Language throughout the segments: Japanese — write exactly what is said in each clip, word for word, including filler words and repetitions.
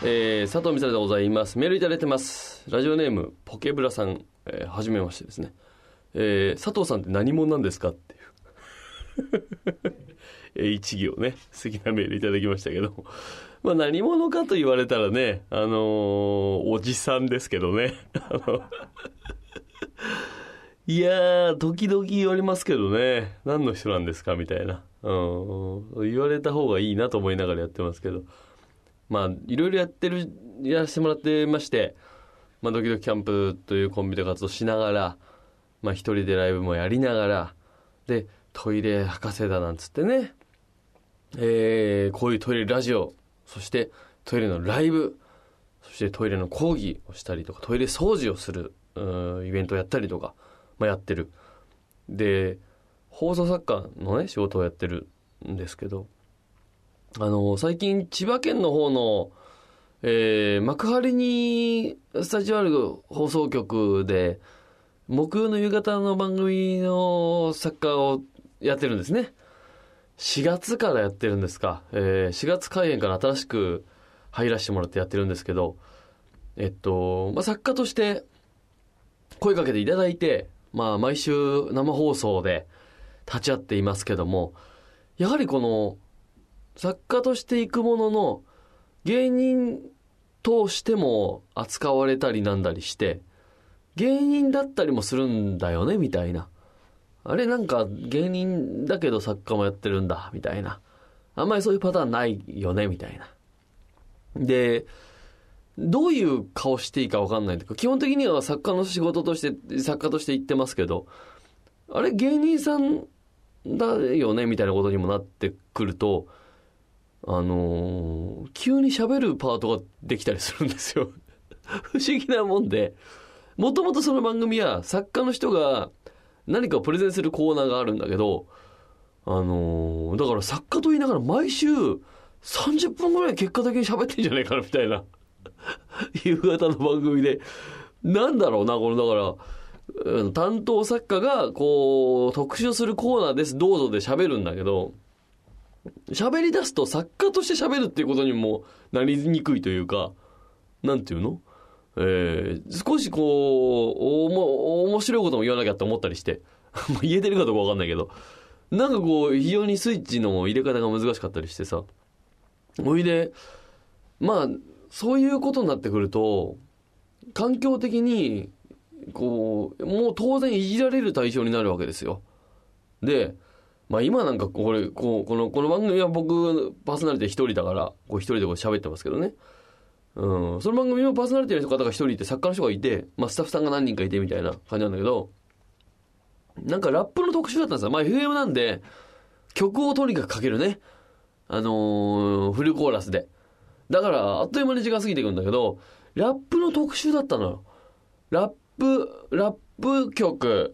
えー、佐藤美沙でございます。メールいただいてます。ラジオネームポケブラさん、えー、はじめましてですね、えー、佐藤さんって何者なんですかっていうえー、一行ね素敵なメールいただきましたけど、まあ何者かと言われたらね、あのー、おじさんですけどねあのいやー時々言われますけどね、何の人なんですかみたいな、うん、言われた方がいいなと思いながらやってますけど、まあいろいろやってるやらせてもらってまして、まあ、ドキドキキャンプというコンビで活動しながら、まあ一人でライブもやりながらで、トイレ博士だなんつってね、えー、こういうトイレラジオ、そしてトイレのライブ、そしてトイレの講義をしたりとか、トイレ掃除をするイベントをやったりとか、まあ、やってる。で放送作家のね仕事をやってるんですけど、あの最近千葉県の方の、えー、幕張にスタジオある放送局で木曜の夕方の番組の作家をやってるんですね。しがつからやってるんですか、えー、しがつ開演から新しく入らせてもらってやってるんですけど、えっと、まあ、作家として声かけていただいて、まあ毎週生放送で立ち会っていますけども、やはりこの作家としていくものの芸人としても扱われたりなんだりして芸人だったりもするんだよねみたいな、あれなんか芸人だけど作家もやってるんだみたいな、あんまりそういうパターンないよねみたいな。でどういう顔していいか分かんないんだけど、基本的には作家の仕事として作家として言ってますけど、あれ芸人さんだよねみたいなことにもなってくると、あのー、急に喋るパートができたりするんですよ不思議なもんで、もともとその番組は作家の人が何かをプレゼンするコーナーがあるんだけど、あのー、だから作家と言いながら毎週さんじゅっぷんぐらい結果的に喋ってんじゃないかなみたいな夕方の番組で、なんだろうなこれ、だから、うん、担当作家がこう特集するコーナーですどうぞで喋るんだけど、喋り出すと作家として喋るっていうことにもなりにくいというか、なんていうの、えー、少しこうおも面白いことも言わなきゃって思ったりして言えてるかどうか分かんないけど、なんかこう非常にスイッチの入れ方が難しかったりしてさ、おいでまあそういうことになってくると環境的にこうもう当然いじられる対象になるわけですよ。でまあ今なんかこれこうこのこの番組は僕パーソナリティ一人だからこう一人でこう喋ってますけどね、うん、その番組のパーソナリティの方が一人いて作家の人がいて、まあ、スタッフさんが何人かいてみたいな感じなんだけど、なんかラップの特集だったんですよ。まあ エフエム なんで曲をとにかくかけるね、あのー、フルコーラスで、だからあっという間に時間過ぎていくんだけど、ラップの特集だったのよ。ラップラップ曲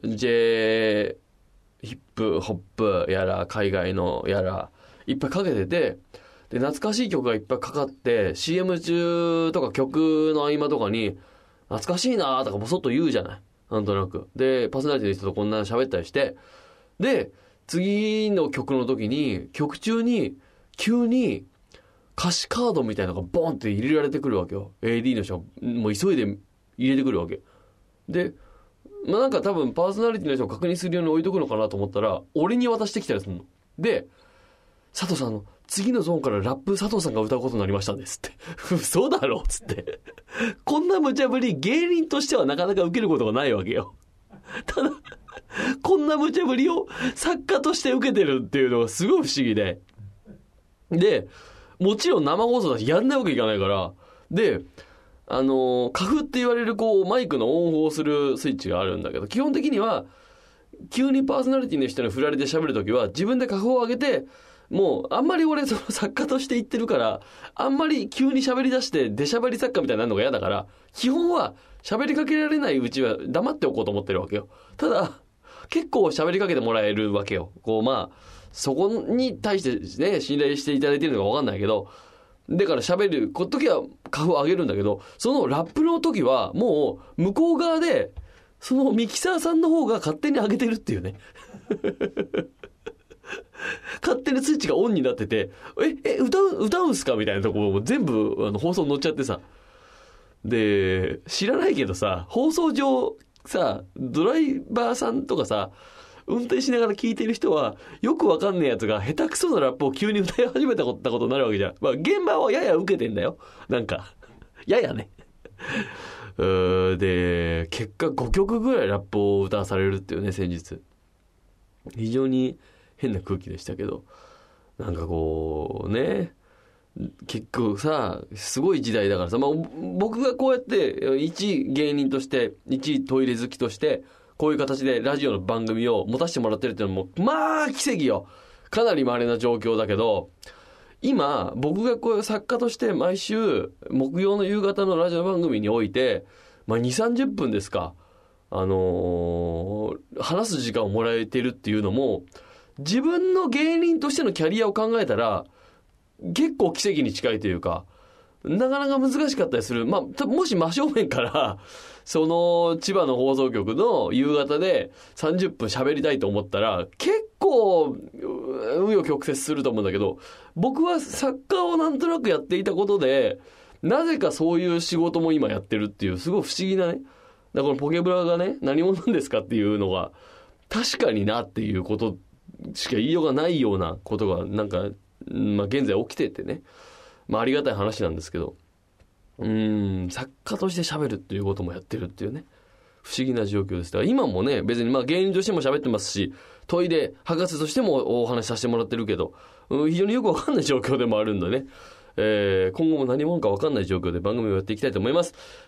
J ヒップホップやら海外のやらいっぱいかけてて、で懐かしい曲がいっぱいかかって シーエム 中とか曲の合間とかに懐かしいなとかボソッと言うじゃない、なんとなく。でパーソナリティの人とこんな喋ったりして、で次の曲の時に曲中に急に歌詞カードみたいなのがボンって入れられてくるわけよ。 エーディー の人がもう急いで入れてくるわけで、まあ、なんか多分パーソナリティの人を確認するように置いとくのかなと思ったら俺に渡してきたりするので、佐藤さんの次のゾーンからラップ佐藤さんが歌うことになりましたんですって嘘だろっつってこんな無茶ぶり芸人としてはなかなか受けることがないわけよ。ただこんな無茶ぶりを作家として受けてるっていうのがすごい不思議で、でもちろん生放送だしやんないわけいかないから、であのカフって言われるこうマイクのオンオフをするスイッチがあるんだけど、基本的には急にパーソナリティの人に振られて喋るときは自分でカフを上げて、もうあんまり俺その作家として言ってるからあんまり急に喋り出して出しゃばり作家みたいになるのが嫌だから、基本は喋りかけられないうちは黙っておこうと思ってるわけよ。ただ結構喋りかけてもらえるわけよ。こうまあそこに対してね信頼していただいてるのか分かんないけど、だから喋る時はカフを上げるんだけど、そのラップの時はもう向こう側でそのミキサーさんの方が勝手に上げてるっていうね勝手にスイッチがオンになってて、え、え、歌う、歌うんすかみたいなところも全部あの放送乗っちゃってさ。で、知らないけどさ、放送上さ、ドライバーさんとかさ、運転しながら聞いてる人は、よくわかんねえやつが下手くそなラップを急に歌い始めたことになるわけじゃん。まあ現場はやや受けてんだよ。なんか、ややね。うーで、結果ごきょくぐらいラップを歌わされるっていうね、先日。非常に変な空気でしたけど、なんかこうね、結局さ、すごい時代だからさ、まあ、僕がこうやって一芸人として一トイレ好きとしてこういう形でラジオの番組を持たせてもらってるっていうのもまあ奇跡よ。かなり稀な状況だけど、今僕がこういう作家として毎週木曜の夕方のラジオ番組において、まあ、にじゅうさんじゅっぷんですか、あのー、話す時間をもらえてるっていうのも、自分の芸人としてのキャリアを考えたら結構奇跡に近いというか、なかなか難しかったりする。まあ、もし真正面からその千葉の放送局の夕方でさんじゅっぷん喋りたいと思ったら結構紆余曲折すると思うんだけど、僕は作家をなんとなくやっていたことでなぜかそういう仕事も今やってるっていう、すごい不思議なね。だからこのポケブラがね、何者なんですかっていうのが確かになっていうことしか言いようがないようなことがなんか、まあ、現在起きててね、まあ、ありがたい話なんですけど、うーん、作家として喋るっていうこともやってるっていうね、不思議な状況です。だから今もね、別にまあ芸人としても喋ってますし、トイレ博士としてもお話しさせてもらってるけど、うん、非常によくわかんない状況でもあるんだね。えー、今後も何者かわかんない状況で番組をやっていきたいと思います。